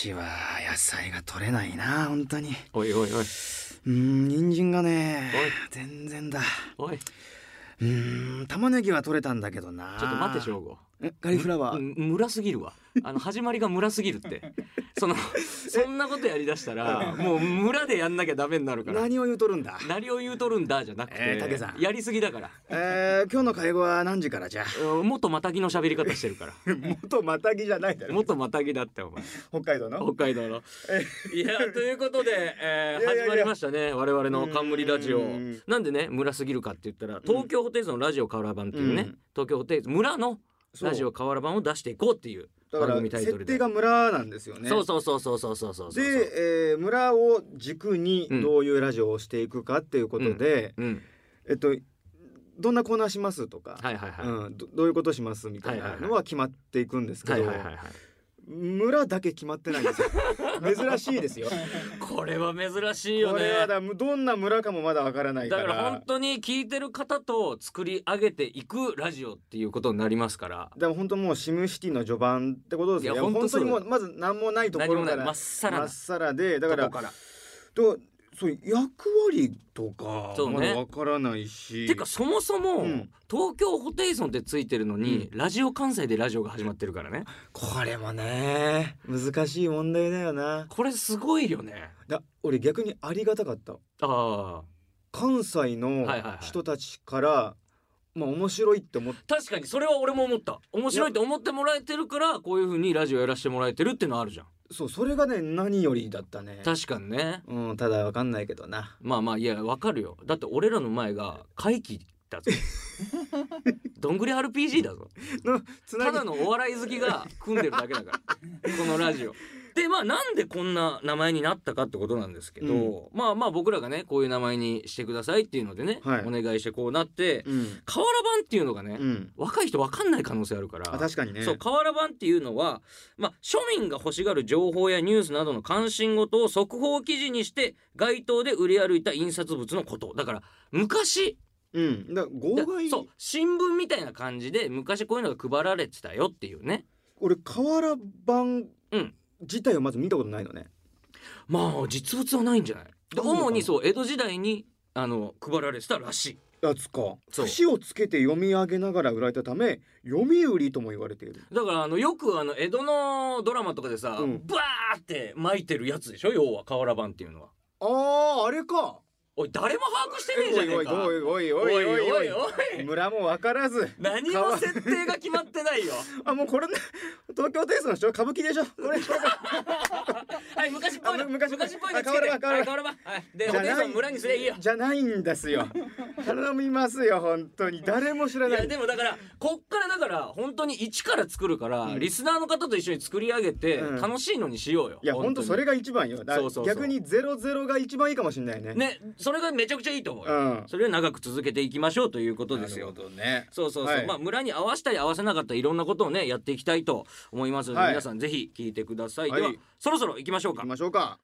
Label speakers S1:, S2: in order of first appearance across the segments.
S1: 年は野菜が取れないな本当に。
S2: おいおいおい。
S1: 人参がね全然だ。
S2: おい。
S1: 玉ねぎは取れたんだけどな。
S2: ちょっと待って省吾。
S1: カリフラワー。
S2: 村すぎるわ。始まりが村すぎるって。そんなことやりだしたらもう村でやんなきゃダメになるから。
S1: 何を言うとるんだ。
S2: 何を言うとるんだじゃなくて。
S1: 竹さん。
S2: やりすぎだから。
S1: 今日の会合は何時からじゃ。
S2: 元またぎの喋り方してるから。
S1: 元またぎじゃないだろ。
S2: 元またぎだってお前。
S1: 北海道の。
S2: いやということで、始まりましたね我々の冠ラジオ。なんでね村すぎるかって言ったら東京ホテイソンのラジオ河原版っていうね、東京ホテイソン村のラジオ河原版を出していこうっていう番組タイトルで。
S1: 設定が村なんですよね。
S2: そう
S1: で、村を軸にどういうラジオをしていくかっていうことで、どんなコーナーしますとか、どういうことしますみたいなのは決まっていくんですけど、村だけ決まってないんですよ。珍しいですよ。
S2: これは珍しいよね。
S1: これはどんな村かもまだわからないから。
S2: だから本当に聞いてる方と作り上げていくラジオっていうことになりますから。
S1: でも本当もうシムシティの序盤ってことですよ。いや本当にもうまず何もないところから
S2: まっさら
S1: で、だからそう役割とかまだわからないし。
S2: てかそもそも、東京ホテイソンってついてるのに、ラジオ関西でラジオが始まってるからね。
S1: これもね難しい問題だよな。
S2: これすごいよね。
S1: 俺逆にありがたかった。関西の人たちから面白いって思って。
S2: 確かにそれは俺も思った。面白いって思ってもらえてるからこういう風にラジオやらせてもらえてるっていうのはあるじゃん。
S1: それがね何よりだったね。
S2: 確かにね。
S1: ただわかんないけどな。
S2: いやわかるよ。だって俺らの前が怪奇だぞ。どんぐり RPG だぞ。ただのお笑い好きが組んでるだけだからこのラジオで。なんでこんな名前になったかってことなんですけど、僕らがねこういう名前にしてくださいっていうのでね、お願いしてこうなって、河原版っていうのがね、若い人分かんない可能性あるから。
S1: 確かにね。
S2: そう河原版っていうのは、庶民が欲しがる情報やニュースなどの関心事を速報記事にして街頭で売り歩いた印刷物のことだから。昔
S1: 号外。
S2: そう新聞みたいな感じで昔こういうのが配られてたよっていうね。
S1: 俺河原版自体をまず見たことないのね。
S2: 実物はないんじゃない。主に江戸時代に配られてたらしい
S1: やつか。節をつけて読み上げながら売られたため読み売りとも言われている。
S2: だからよく江戸のドラマとかでさ、バーって巻いてるやつでしょ要は河原版っていうのは。
S1: あれか。
S2: おい誰も把握してねえじゃねえか。
S1: おい村も分からず
S2: 何も設定が決まってないよ。
S1: もうこれね東京テイストの人歌舞伎でしょこれ。
S2: はい昔っぽいの昔っぽいのつけて。河原版でホテイソン村にすりゃいいよ。
S1: じゃないんですよ。頼みますよ本当に。誰も知らない。
S2: いやでもだからこっからだから本当に一から作るから、リスナーの方と一緒に作り上げて楽しいのにしようよ。
S1: いや本当それが一番よ。逆に00が一番いいかもしれないね。
S2: それがめちゃくちゃいいと思うよ。それを長く続けていきましょうということですよ。
S1: なるほどね。
S2: 村に合わせたり合わせなかったりいろんなことをねやっていきたいと思いますので、皆さんぜひ聞いてください。ではそろそろ行きましょうか。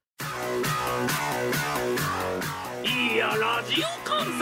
S2: いやラジオ関西。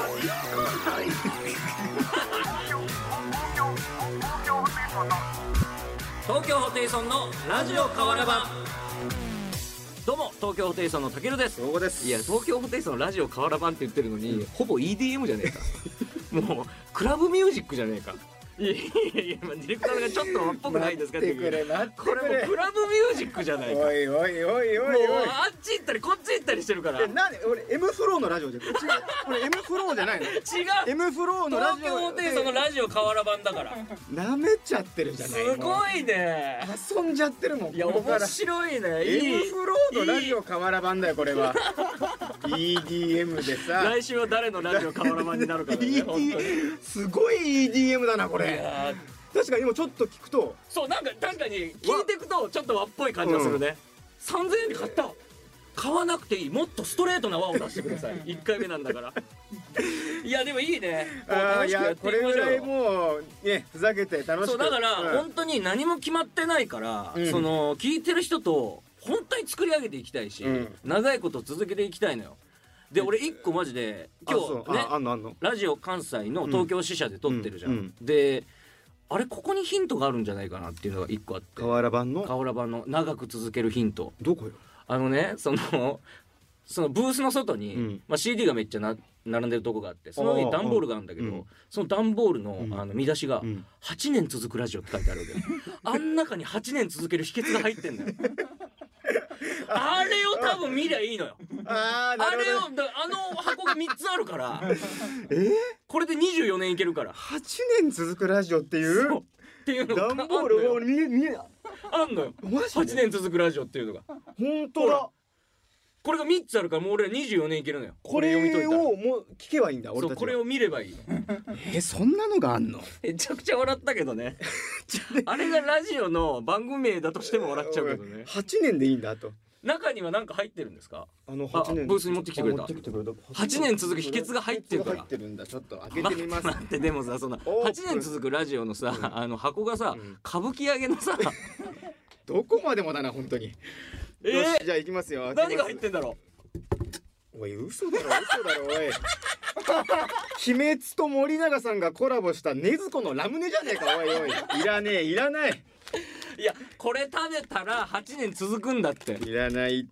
S2: 東京ホテイソンのラジオ河原版。どうも東京ホテイソンのたけるです。いや東京ホテイソンのラジオ河原版って言ってるのに、ほぼ EDM じゃねえか。もうクラブミュージックじゃねえか。いやディレクターがちょっと和っぽくないですかってこれもうクラブミュージック違う。
S1: おい
S2: もうあっち行ったりこっち行ったりしてるから。
S1: 俺 M フローのラジオじゃん。これ M フローじゃないの。違う
S2: M フローのラジオ。東京ホテイソンのラジオ河原版だから。
S1: なめちゃってるじゃない。
S2: すごいね。
S1: 遊んじゃってるもん。
S2: いや面白いね。
S1: M フローのラジオ河原版だよこれは。EDM でさ。
S2: 来週は誰のラジオ河原版になるかね。
S1: すごい EDM だなこれ。確かに今ちょっと聞くと、
S2: そうなんか確かに聞いていくとちょっと和っぽい感じがするね。3000円で買った。買わなくていい。もっとストレートな和を出してください。1回目なんだから。いやでもいいね。
S1: いやこれぐらいもうねふざけて楽しく。
S2: そうだから本当に何も決まってないから、聞いてる人と本当に作り上げていきたいし、長いこと続けていきたいのよ。で俺一個マジで今日ねラジオ関西の東京支社で撮ってるじゃん。であれここにヒントがあるんじゃないかなっていうのが一個あって、
S1: 瓦版の
S2: 長く続けるヒント。
S1: どこよ。
S2: そのブースの外に、CD がめっちゃ並んでるとこがあって、その上に段ボールがあるんだけど、その段ボールの、見出しが、8年続くラジオって書いてあるわけあん中に8年続ける秘訣が入ってんだよあれを多分見りゃいいのよ。あれをあの箱が3つあるからこれで24年いけるから。
S1: 8年続くラジオっていうのが段ボールを見え
S2: あんのよ。8年続くラジオっていうのが。
S1: 本当だ。
S2: これが3つあるからもう俺は24年いけるのよ。
S1: これをもう聞けばいいんだ。俺たちは
S2: これを見ればいい
S1: の。そんなのがあんの。
S2: めちゃくちゃ笑ったけどねあれがラジオの番組名だとしても笑っちゃうけどね。
S1: 8年でいいんだと。
S2: 中には何か入ってるんですか。
S1: 8年
S2: ブースに持ってきてくれた。8年続く秘訣が入ってるから。
S1: 入ってるんだ。ちょっと開けてみます。
S2: 待って、でもさ、その8年続くラジオのさ、箱がさ、歌舞伎揚げのさ
S1: どこまでもだな本当に。よし、じゃあ行きますよ。
S2: 何が入ってんだろ
S1: う。おい、嘘だろおい鬼滅と森永さんがコラボした禰豆子のラムネじゃねえか。おいいらねえ、いらない。
S2: いや、これ食べたら8年続くんだって。
S1: いらないって。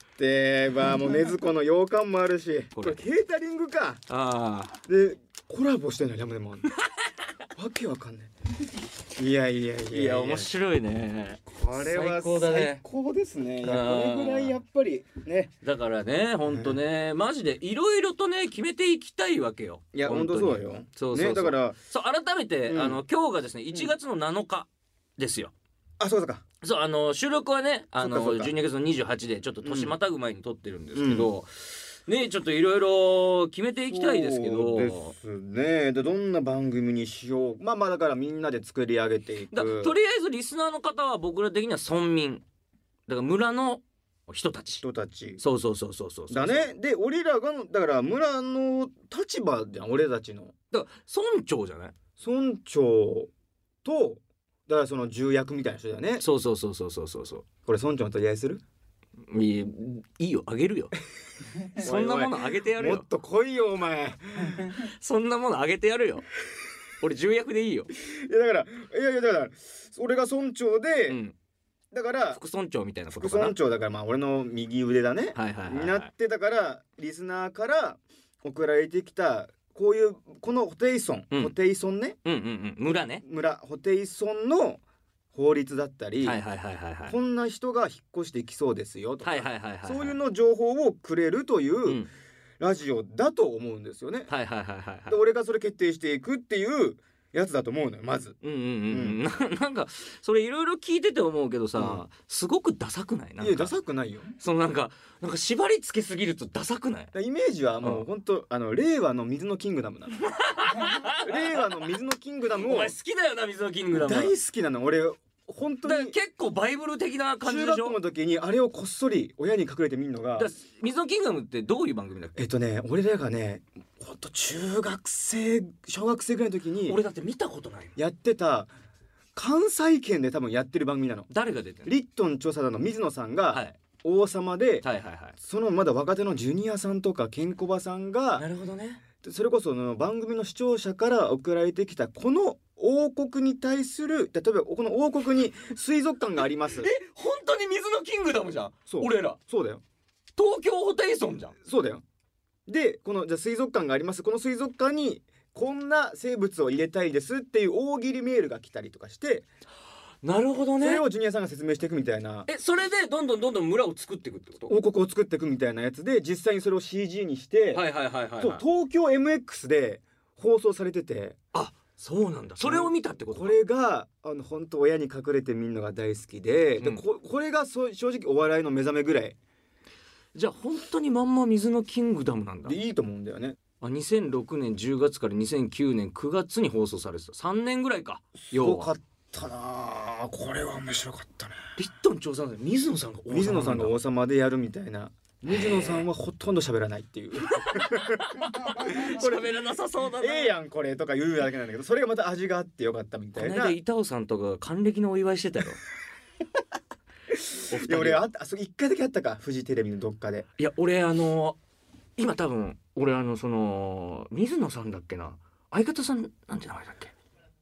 S1: もう禰豆子の羊羹もあるし、これケータリングか。でコラボしてんのラムネもあるわけわかんない。いや
S2: 面白いね。
S1: これは最高ですね。これぐらいやっぱりね。
S2: だからね、ほんとね、マジでいろいろとね決めていきたいわけよ。
S1: いやほんとそうよ。
S2: そう
S1: だから
S2: 改めて今日がですね1月の7日ですよ。
S1: そうか。
S2: そう収録はね12月の28でちょっと年またぐ前に撮ってるんですけど、ね、ちょっといろいろ決めていきたいですけど。
S1: そうですね。でどんな番組にしよう。だからみんなで作り上げていく。
S2: とりあえずリスナーの方は僕ら的には村民だから村の人たち。そう
S1: だね。で俺らがだから村の立場じゃん。俺たちの
S2: だから村長じゃない。
S1: 村長とだからその重役みたいな人だよね。
S2: そう
S1: これ村長の取り合いする。
S2: いいよ、あげるよそんなものあげてやるよ。
S1: もっと来いよお前
S2: そんなものあげてやるよ俺重役でいいよ。
S1: だから俺が村長で、だから
S2: 副村長みたいなことかな。
S1: 副村長だから俺の右腕だね、になってたからリスナーから送られてきたこのホテイソンね、
S2: 村ね、
S1: ホテイソンの法律だったり、こんな人が引っ越してきそうですよとか、そういうの情報をくれるというラジオだと思うんですよね。で俺がそれ決定していくっていうやつだと思うのよまず。
S2: なんかそれいろいろ聞いてて思うけどさ、すごくダサくない？
S1: いやダサくないよ。
S2: なんか縛り付けすぎるとダサくない？
S1: イメージはもう本当令和の水のキングダムなの令和の水のキングダムを
S2: お前好きだよな。水のキングダム
S1: 大好きなの俺。本当に
S2: 結構バイブル的な感じでしょ。
S1: 中学校の時にあれをこっそり親に隠れて見るのが。
S2: 水のキングダムってどういう番組だっけ？
S1: 俺らがねほんと中学生小学生ぐらいの時に
S2: 俺だって見たことない
S1: やってた関西圏で多分やってる番組なの。
S2: 誰が出てるの？
S1: リットン調査団の水野さんが王様で、そのまだ若手のジュニアさんとかケンコバさんが、
S2: なるほどね、
S1: それこそ番組の視聴者から送られてきたこの王国に対する、例えばこの王国に水族館があります
S2: 本当に水のキングダムじゃん。俺ら
S1: そうだよ。
S2: 東京ホテイソンじゃん。
S1: そうだよ。でじゃあ水族館があります、この水族館にこんな生物を入れたいですっていう大喜利メールが来たりとかして、
S2: なるほどね。
S1: それをジュニアさんが説明していくみたいな。
S2: それでどんどん村を作っていくってこと？
S1: 王国を作っていくみたいなやつで、実際にそれを CG にして、東京 MX で放送されてて。
S2: そうなんだ。それを見たってこと？
S1: これが本当親に隠れて見るのが大好きで、これが正直お笑いの目覚めぐらい。
S2: じゃあ本当にまんま水のキングダムなんだ。
S1: でいいと思うんだよね。
S2: 2006年10月から2009年9月に放送されてた。3年ぐらいか。
S1: すごかったな。これは面白かったね。
S2: リットン調査で水野さんが
S1: 王様でやるみたいな。水野さんはほとんど喋らないっていう
S2: 喋らなさそうだね。
S1: やんこれとか言うだけなんだけど、それがまた味があってよかったみたいな。
S2: この間板尾さんとか還暦のお祝いしてたよ
S1: いや俺それ1回だけあったか、フジテレビのどっかで。
S2: いや俺今多分俺その水野さんだっけな、相方さんなんて名前だっけ、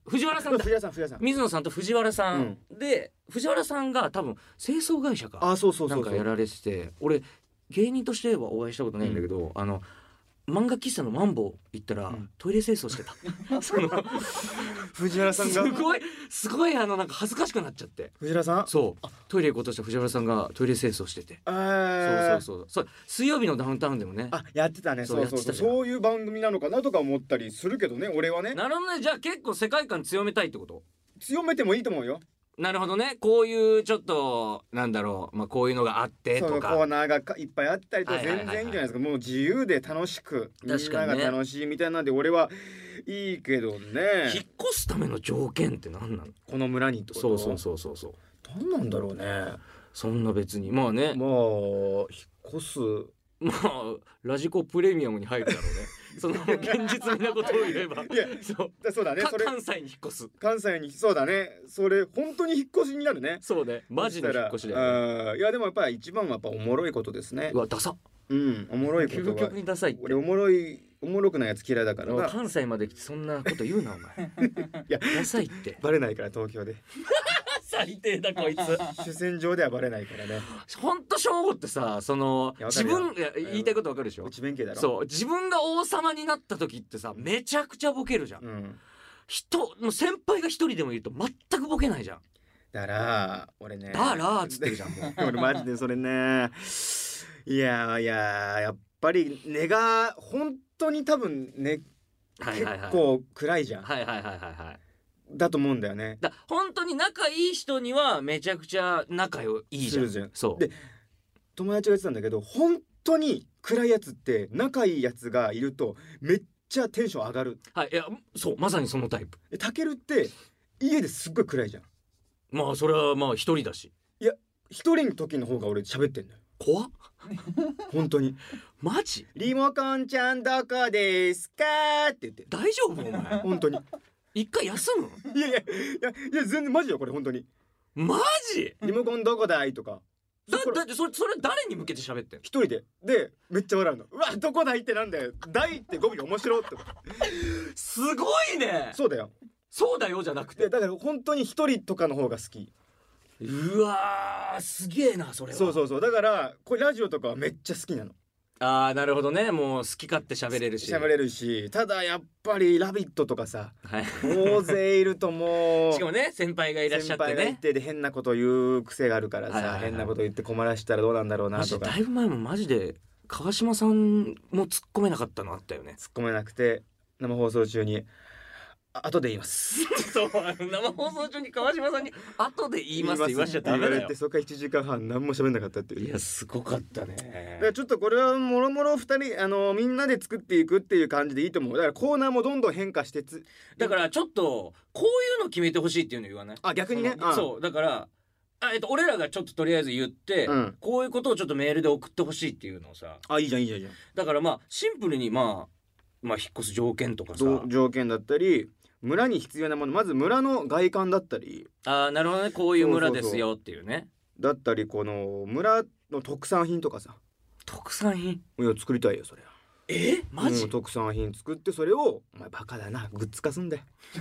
S2: 藤原さんだ。水野さんと藤原さん、で藤原さんが多分清掃会社かなんかやられてて、俺芸人としてはお会いしたことないんだけど、漫画喫茶のマンボウ行ったら、トイレ清掃してたその
S1: 藤原さんが
S2: すごいなんか恥ずかしくなっちゃって。
S1: 藤原さん、
S2: そうトイレ行こうとした藤原さんがトイレ清掃してて、そう水曜日のダウンタウンでもね
S1: やってたね。そういう番組なのかなとか思ったりするけどね、俺はね。
S2: なるほどね。じゃあ結構世界観強めたいってこと？
S1: 強めてもいいと思うよ。
S2: なるほどね。こういうちょっとなんだろう、こういうのがあってとか、
S1: コーナーがいっぱいあったりとか全然いいんじゃないですか。もう自由で楽しく、みんなが楽しいみたいなんで俺はいいけどね。
S2: 引っ越すための条件って何なの？
S1: この村にってこと？
S2: そう
S1: 何なんだろうね。
S2: そんな別にまあね、
S1: 引っ越す
S2: ラジコプレミアムに入るだろうねその現実味なことを言えば
S1: そうだね。
S2: 関西に引っ越す。
S1: 関西にそうだね。それ本当に引っ越しになるね。
S2: そうね、マジの引っ越しだよね。
S1: いやでもやっぱり一番はやっぱおもろいことですね。
S2: うわダサ。
S1: おもろいことは
S2: 究極にダサいって。
S1: 俺おもろくないやつ嫌いだからな。
S2: 関西まで来てそんなこと言うなお前いやダサいって
S1: バレないから東京で
S2: 最低だこいつ
S1: 主戦場ではバレないからね。
S2: ほんと翔吾ってさ、自分言いたいことわかるでしょ。
S1: 内弁慶だろ。
S2: そう自分が王様になった時ってさめちゃくちゃボケるじゃん。もう先輩が一人でもいると全くボケないじゃん。
S1: だから俺ね
S2: っつってるじゃんもう
S1: 俺マジでそれね。いややっぱり根が本当に多分ね、結構暗いじゃん。だと思うんだよね。
S2: 本当に仲いい人にはめちゃくちゃ仲いいじゃん。そう
S1: で友達が言ってたんだけど、本当に暗いやつって仲いいやつがいるとめっちゃテンション上がる。
S2: いやそうまさにそのタイプ。
S1: タケルって家ですっごい暗いじゃん。
S2: まあそれはまあ一人だし。
S1: いや一人の時の方が俺喋ってんだよ。
S2: 怖っ
S1: 本当に
S2: マジ？
S1: リモコンちゃんどこですかって言って。
S2: 大丈夫お前
S1: 本当に
S2: 一回休む？
S1: いや全然マジよこれ本当に。
S2: マジ？
S1: リモコンどこだいとか。
S2: だってそれ誰に向けて喋ってんの？
S1: 一人でめっちゃ笑うの。うわどこだいってなんだよ。だいって語尾面白って
S2: すごいね。
S1: そうだよ
S2: そうだよじゃなくて、
S1: だから本当に一人とかの方が好き。
S2: うわーすげえなそれは。
S1: そうだからこれラジオとかはめっちゃ好きなの。
S2: なるほどね。もう好き勝手喋れる
S1: し、ただやっぱりラビットとかさ、大勢いるともう
S2: しかもね先輩がいらっしゃってね、先輩がいて
S1: で変なこと言う癖があるからさ、変なこと言って困らしたらどうなんだろうなとか。
S2: だいぶ前もマジで川島さんも突っ込めなかったのあったよね。
S1: 突っ込めなくて生放送中に後で言います
S2: そう生放送中に川島さんに後で言いますって言わしちゃダメだよ。
S1: そっから1時間半何も喋んなかったっていう。
S2: いやすごかったね。
S1: ちょっとこれはもろもろ2人みんなで作っていくっていう感じでいいと思う。だからコーナーもどんどん変化して
S2: だからちょっとこういうの決めてほしいっていうの言わない？
S1: 逆にね。
S2: そうだから俺らがちょっととりあえず言って、こういうことをちょっとメールで送ってほしいっていうのをさ。
S1: いいじゃん。
S2: だからシンプルに引っ越す条件とかさ、
S1: 条件だったり村に必要なもの、まず村の外観だったり。
S2: なるほどね。こういう村ですよっていうね。
S1: だったりこの村の特産品とかさ。
S2: 特産品？
S1: いや作りたいよそれ。
S2: マジ？
S1: 特産品作ってそれをお前バカだなグッズ化すんだよ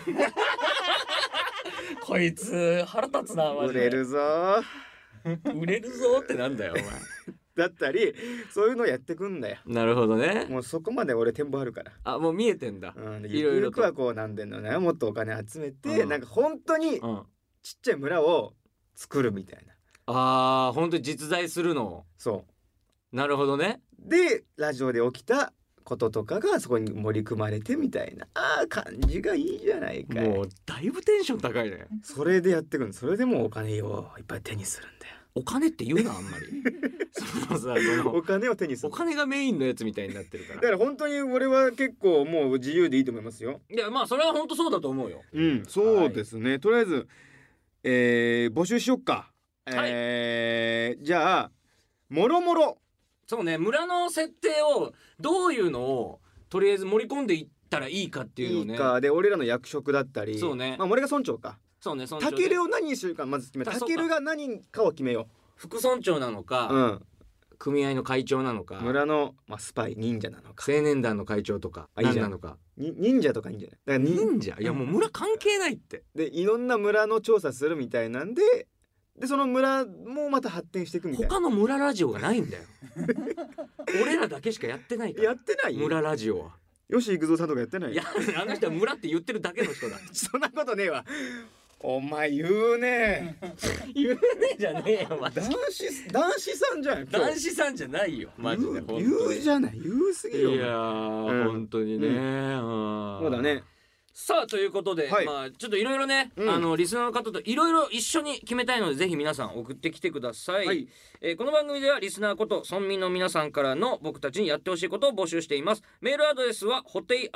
S2: こいつ腹立つなマジで。
S1: 売れるぞ
S2: ってなんだよお前
S1: だったりそういうのやってくんだよ。
S2: なるほどね。
S1: もうそこまで俺展望あるから。
S2: もう見えてんだ。
S1: ゆくゆくはこうなんでんのね、もっとお金集めて、なんか本当にちっちゃい村を作るみたい
S2: な。本当に実在するの。
S1: そう
S2: なるほどね。
S1: でラジオで起きたこととかがそこに盛り込まれてみたいな感じがいいじゃないかい。
S2: もうだいぶテンション高いね。
S1: それでやってくる。それでもうお金をいっぱい手にするんだよ。
S2: お金って言うなあんまり
S1: お金を手にする。
S2: お金がメインのやつみたいになってるから。
S1: だから本当に俺は結構もう自由でいいと思いますよ。
S2: いやそれは本当そうだと思うよ。
S1: そうですね。とりあえず募集しよっか。じゃあもろもろ
S2: そうね、村の設定をどういうのをとりあえず盛り込んでいったらいいかっていうのね。
S1: いいかで俺らの役職だったり。
S2: そうね。
S1: 俺が村長か。
S2: そうね。
S1: タケルを何にするかまず決め。タケルが何かを決めよう。
S2: 副村長なのか、 組合の会長なのか、
S1: 村の、スパイ忍者なのか、
S2: 青年団の会長とか何なのか。
S1: 忍者とかいいんじゃない？だから
S2: 忍者、いやもう村関係ないって。
S1: でいろんな村の調査するみたいなんでその村もまた発展していくみたいな。
S2: 他の村ラジオがないんだよ俺らだけしかやってないから。
S1: やってない？
S2: 村ラジオは
S1: 吉幾三さんとかやってない？
S2: いやあの人は村って言ってるだけの人だ
S1: そんなことねえわ。お前言うね
S2: 言うねじゃねえよマジ。
S1: 男子さんじゃん。
S2: 男子さんじゃないよマジで。
S1: 言うじゃない、言うすぎよ。
S2: いやー、本当にね、
S1: そうだね。
S2: さあということで、ちょっといろいろね、リスナーの方といろいろ一緒に決めたいのでぜひ皆さん送ってきてください、この番組ではリスナーこと村民の皆さんからの僕たちにやってほしいことを募集しています。メールアドレスは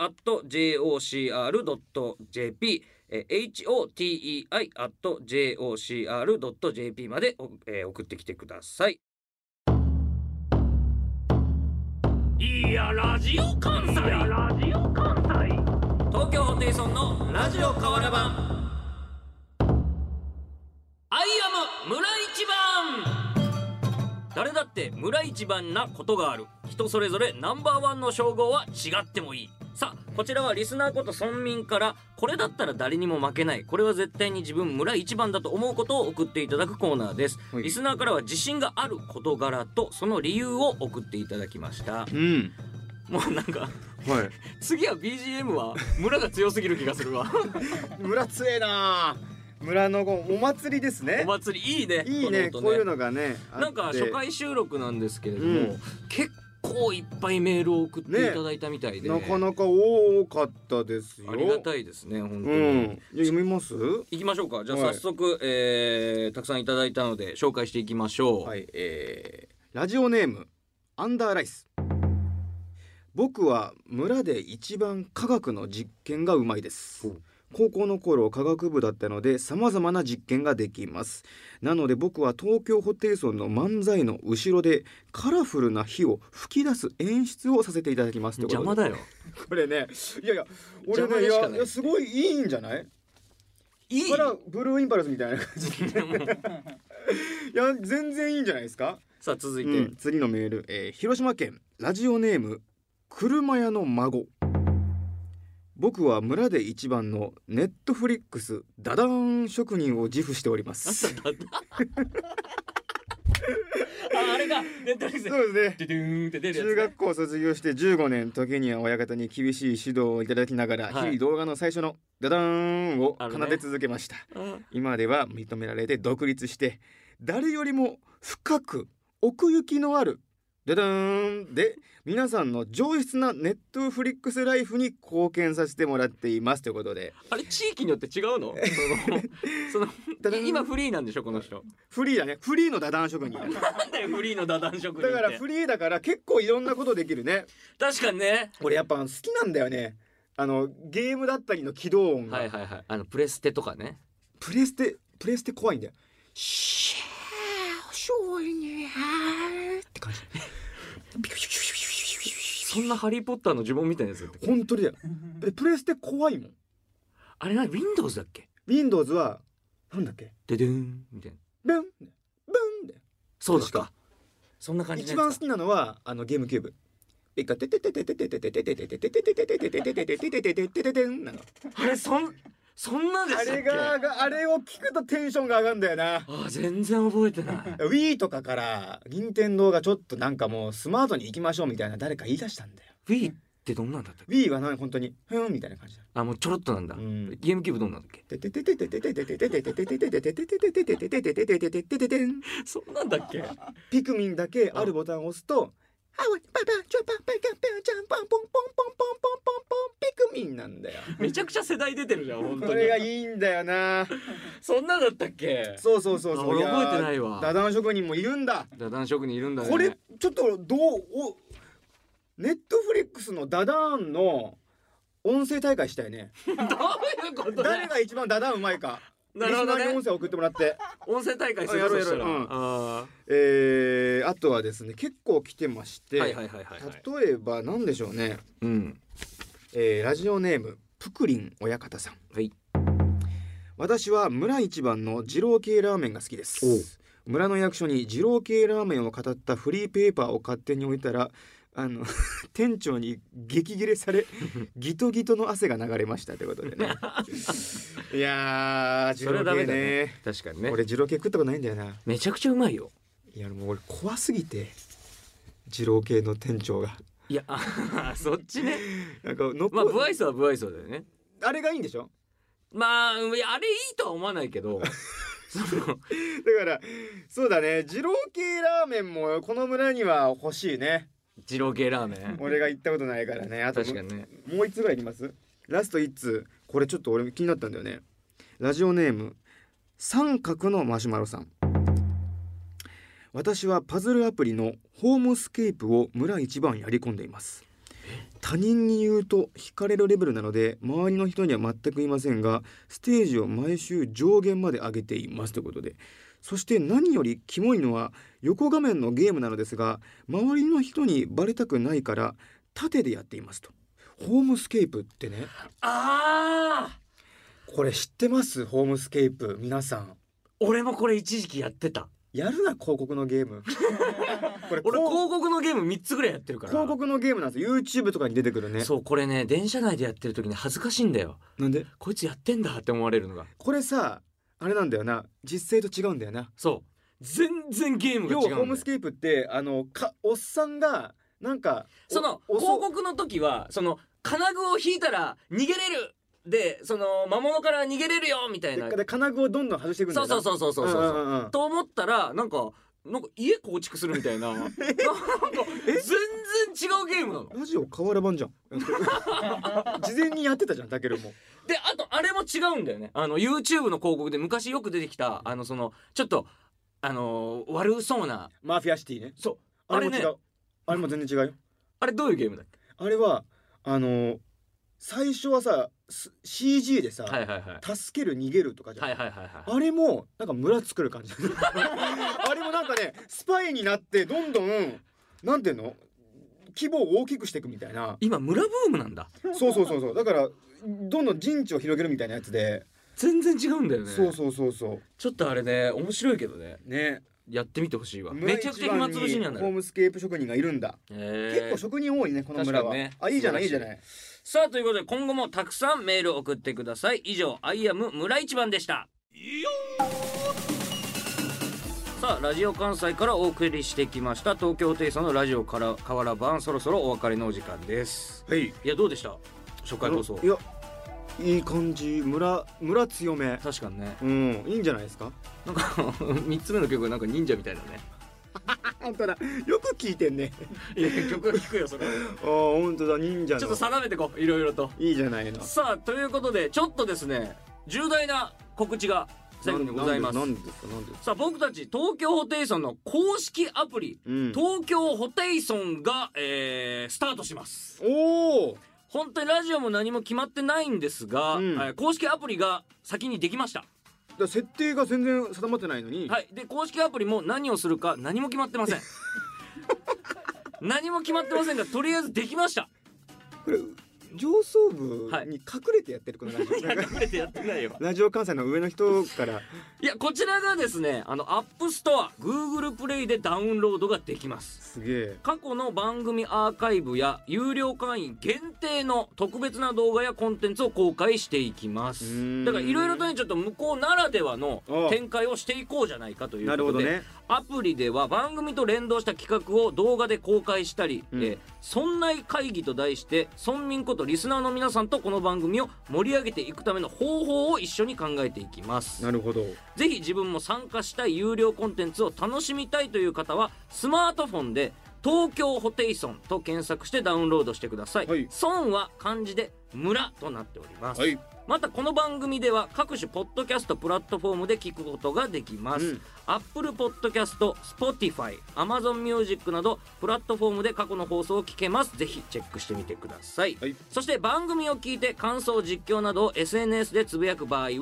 S2: hotei@jocr.jp hotei@jocr.jp まで、送ってきてください。いやラジオ関西、東京ホテイソンのラジオ河原版アイアム村一番。誰だって村一番なことがある。人それぞれナンバーワンの称号は違ってもいい。さあこちらはリスナーこと村民からこれだったら誰にも負けない、これは絶対に自分村一番だと思うことを送っていただくコーナーです、リスナーからは自信がある事柄とその理由を送っていただきました、もうなんか次は BGM は村が強すぎる気がするわ
S1: 村強えな。村のお祭りですね。
S2: お祭りいいね。
S1: いいね、こういうのがね。
S2: なんか初回収録なんですけれども、結構いっぱいメールを送っていただいたみたいで、
S1: なかなか多かったですよ。
S2: ありがたいですね本当に、
S1: 読みます？
S2: 行きましょうか。じゃあ早速、たくさんいただいたので紹介していきましょう。
S1: ラジオネームアンダーライス。僕は村で一番科学の実験がうまいです。高校の頃科学部だったので様々な実験ができます。なので僕は東京ホテイソンの漫才の後ろでカラフルな火を吹き出す演出をさせていただきます。
S2: 邪魔だよ
S1: これね。いや俺ね、いやすごいいいんじゃない？いいからブルーインパルスみたいな感じいや全然いいんじゃないですか。
S2: さあ続いて、
S1: 次のメール、広島県ラジオネーム車屋の孫。僕は村で一番のネットフリックスダダーン職人を自負しております
S2: あれがネットフリックス。
S1: そうですね。
S2: デューンって出るやつね。
S1: 中学校卒業して15年、時には親方に厳しい指導をいただきながら、日々動画の最初のダダーンを奏で続けました、今では認められて独立して誰よりも深く奥行きのあるダダーンで皆さんの上質なネットフリックスライフに貢献させてもらっていますということで。
S2: あれ地域によって違うのその今フリーなんでしょこの人。
S1: フリーだね。フリーのダダン職人
S2: なんだよフリーのダダン職人って。
S1: だからフリーだから結構いろんなことできるね。
S2: 確かにね。
S1: 俺やっぱ好きなんだよね、ゲームだったりの起動音が。
S2: プレステとかね。
S1: プレステ怖いんだよ。シャーショーにーって感じ
S2: そんなハリーポッターの呪文みたいなやつ。
S1: 本当だよ。プレステ怖いもん。
S2: あれ何 Windows だっけ？
S1: Windows はなんだっけ？
S2: デデーンみたいな。
S1: ブンブンで。
S2: そうですか。そんな感じ。
S1: 一番好きなのはゲームキューブ。
S2: あれそんなでしたっけ？
S1: あれを聞くとテンションが上がるんだよな。
S2: 全然覚えてない。
S1: Wii とかから任天堂がちょっとなんかもうスマートに行きましょうみたいな誰か言い出したんだよ。
S2: Wii ってどんなんだったっけ？
S1: Wii は本当にみたいな感じだ。
S2: もうちょろっとなんだ。ゲームキューブどんなんだっけ？そんなんだっけ？
S1: ピクミンだけあるボタンを押すとピクミンなんだよ。
S2: めちゃくちゃ世代出てるじゃん本当に。
S1: これがいいんだよな。
S2: そんなだったっけ？
S1: そう。
S2: 俺覚えてないわ。
S1: ダダン職人もいるんだ。
S2: ダダン職人いるんだね。
S1: これちょっとネットフリックスのダダーンの音声大会したいね。
S2: どういうこと？
S1: 誰が一番ダダーンうまいか。
S2: なるほどね。
S1: リスナーに音声送ってもらって
S2: 音声大会する。
S1: やろう。あとはですね結構来てまして、例えば何でしょうね。ラジオネームプクリン親方さん。私は村一番の二郎系ラーメンが好きです。 村の役所に二郎系ラーメンを語ったフリーペーパーを勝手に置いたら店長に激切れされギトギトの汗が流れましたということでねいやー二郎系ね、
S2: 確かにね。
S1: 俺二郎系食ったことないんだよな。
S2: めちゃくちゃうまいよ。
S1: いやもう俺怖すぎて二郎系の店長が。
S2: いやそっちね。
S1: なんか
S2: まあ不愛想は不愛想だよね。
S1: あれがいいんでしょ。
S2: まあいやあれいいとは思わないけどだ
S1: からそうだね、二郎系ラーメンもこの村には欲しいね。
S2: 二郎系ラーメン
S1: 俺が行ったことないからね。あと
S2: 確かにね、
S1: もう一つぐらいいきます。ラスト1通、これちょっと俺気になったんだよね。ラジオネーム三角のマシュマロさん。私はパズルアプリのホームスケープを村一番やり込んでいます。他人に言うと惹かれるレベルなので周りの人には全く言いませんが、ステージを毎週上限まで上げていますということで、そして何よりキモいのは横画面のゲームなのですが、周りの人にバレたくないから縦でやっていますと。ホームスケープってね、これ知ってます？ホームスケープ皆さん。
S2: 俺もこれ一時期やってた。
S1: やるな広告のゲーム
S2: これ俺広告のゲーム3つぐらいやってるから。
S1: 広告のゲームなんですよ。 YouTube とかに出てくるね。
S2: そうこれね、電車内でやってる時に恥ずかしいんだよ。
S1: なんで？
S2: こいつやってんだって思われるのが。
S1: これさあれなんだよな、実際と違うんだよな。
S2: そう全然ゲームが違うんだよ。
S1: 要はホームスケープっておっさんがなんか
S2: その広告の時はその金具を引いたら逃げれるで、その魔物から逃げれるよみたいな。
S1: で金具をどんどん外していくんだよな。
S2: そうと思ったらなんか家構築するみたいななんか全然違うゲームなの。
S1: ラジオ河原版じゃん事前にやってたじゃんタケルも。
S2: であとあれも違うんだよね。YouTube の広告で昔よく出てきたそのちょっと悪そうな
S1: マフィアシティね。
S2: そう
S1: あれも違う、ね、あれも全然違うよ。あ
S2: れどういうゲームだっけ？
S1: あれは最初はさ CG でさ、助ける逃げるとかじゃん。あれもなんか村作る感じあれもなんかねスパイになってどんどんなんていうの規模を大きくしていくみたいな。
S2: 今村ブームなんだ。
S1: そうだからどんどん陣地を広げるみたいなやつで
S2: 全然違うんだよね。
S1: そう
S2: ちょっとあれね面白いけどねやってみてほしいわ。めちゃくちゃ暇つぶしになる。
S1: ホームスケープ職人がいるんだ。結構職人多いねこの村は。ね、いいじゃないいいじゃない。
S2: さあということで今後もたくさんメール送ってください。以上アイアム村一番でした。さあラジオ関西からお送りしてきました東京ホテイソンのラジオから河原版、そろそろお別れのお時間です。はい。いやどうでした初回放送？
S1: いやいい感じ。村強め。
S2: 確かにね。
S1: いいんじゃないですか。
S2: なんか3つ目の曲がなんか忍者みたいだね
S1: 本当だ、よく聞いてんね。
S2: いや曲聞くよそれ。
S1: 本当だ、忍者の
S2: ちょっと定めてこういろいろと。
S1: いいじゃないの。
S2: さあということでちょっとですね重大な告知が最後にございます。
S1: 何ですか。
S2: さあ僕たち東京ホテイソンの公式アプリ、東京ホテイソンが、スタートします。おお。本当にラジオも何も決まってないんですが、公式アプリが先にできました。
S1: 設定が全然定まってないのに。
S2: はい。で公式アプリも何をするか何も決まってません何も決まってませんがとりあえずできました。
S1: これ上層部に隠れてやってるこのラジオ。
S2: 隠れてやってないよ。
S1: ラジオ関西の上の人から
S2: いやこちらがですねアップストア Google プレイでダウンロードができます。
S1: すげえ。
S2: 過去の番組アーカイブや有料会員限定の特別な動画やコンテンツを公開していきます。だからいろいろとねちょっと向こうならではの展開をしていこうじゃないかということで、ね、アプリでは番組と連動した企画を動画で公開したり、村内会議と題して村民ことリスナーの皆さんとこの番組を盛り上げていくための方法を一緒に考えていきます。
S1: なるほど。ぜ
S2: ひ自分も参加したい有料コンテンツを楽しみたいという方はスマートフォンで東京ホテイソンと検索してダウンロードしてください。村は漢字で村となっております。またこの番組では各種ポッドキャストプラットフォームで聞くことができます。Apple Podcast、Spotify、Amazon Music などプラットフォームで過去の放送を聞けます。ぜひチェックしてみてください。そして番組を聞いて感想実況などを SNS でつぶやく場合は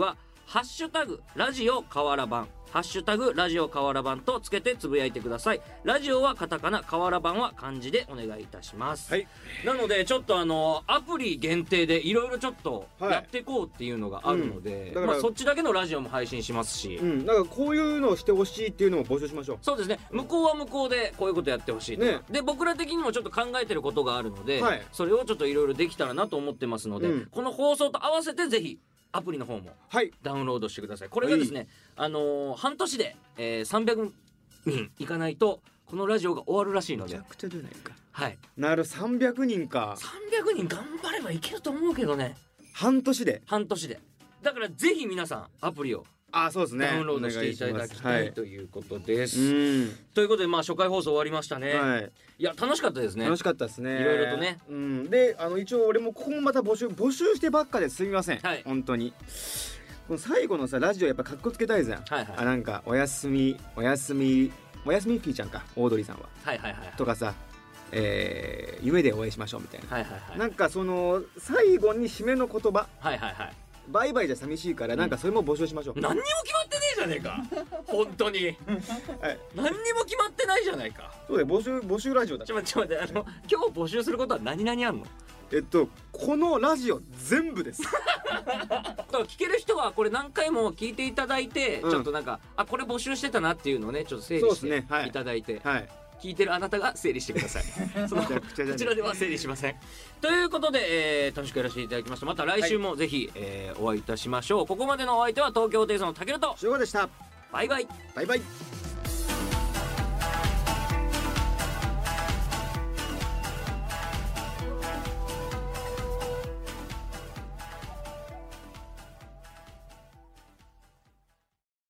S2: ハッシュタグラジオ河原版、ハッシュタグラジオ河原版とつけてつぶやいてください。ラジオはカタカナ、河原版は漢字でお願いいたします、はい、なのでちょっとアプリ限定でいろいろちょっとやっていこうっていうのがあるので、だからそっちだけのラジオも配信しますし、
S1: だからこういうのをしてほしいっていうのも募集しましょう。
S2: そうですね、向こうは向こうでこういうことやってほしいとか、で僕ら的にもちょっと考えてることがあるので、それをちょっといろいろできたらなと思ってますので、この放送と合わせてぜひアプリの方もダウンロードしてください。これがですね、半年で、300人いかないとこのラジオが終わるらしいので。
S1: めちゃくちゃじゃないか。
S2: はい。
S1: なる、300人か。
S2: 300人頑張ればいけると思うけどね。
S1: 半年で。
S2: だからぜひ皆さんアプリを
S1: そうですね、
S2: ダウンロードしていただきたいということです。ということで初回放送終わりましたね。いや楽しかったですね。
S1: 楽しかったですね。
S2: いろいろとね。
S1: で一応俺もここもまた募集してばっかですみません。本当に。この最後のさラジオやっぱカッコつけたいじゃん。なんかおやすみフィーちゃんか、オードリーさんは。とかさ。夢でお会いしましょうみたいな。なんかその最後に締めの言葉。バイバイじゃ寂しいからなんかそれも募集しましょう。
S2: 何にも決まってねえじゃねえか本当に何にも決まってないじゃないか。
S1: そうだよ、募集ラジオだ。
S2: ちょっと待って、今日募集することは何々あんの？
S1: このラジオ全部です
S2: 聞ける人はこれ何回も聞いていただいて、ちょっとなんかこれ募集してたなっていうのをねちょっと整理していただいて、聞いてるあなたが整理してくださいこちらでは整理しませんということで、楽しくやらせていただきました。また来週もぜひ、お会いいたしましょう。ここまでのお相手は東京ホテイソンのたけると
S1: しゅうごでした。
S2: バイバイ。
S1: バイバイ。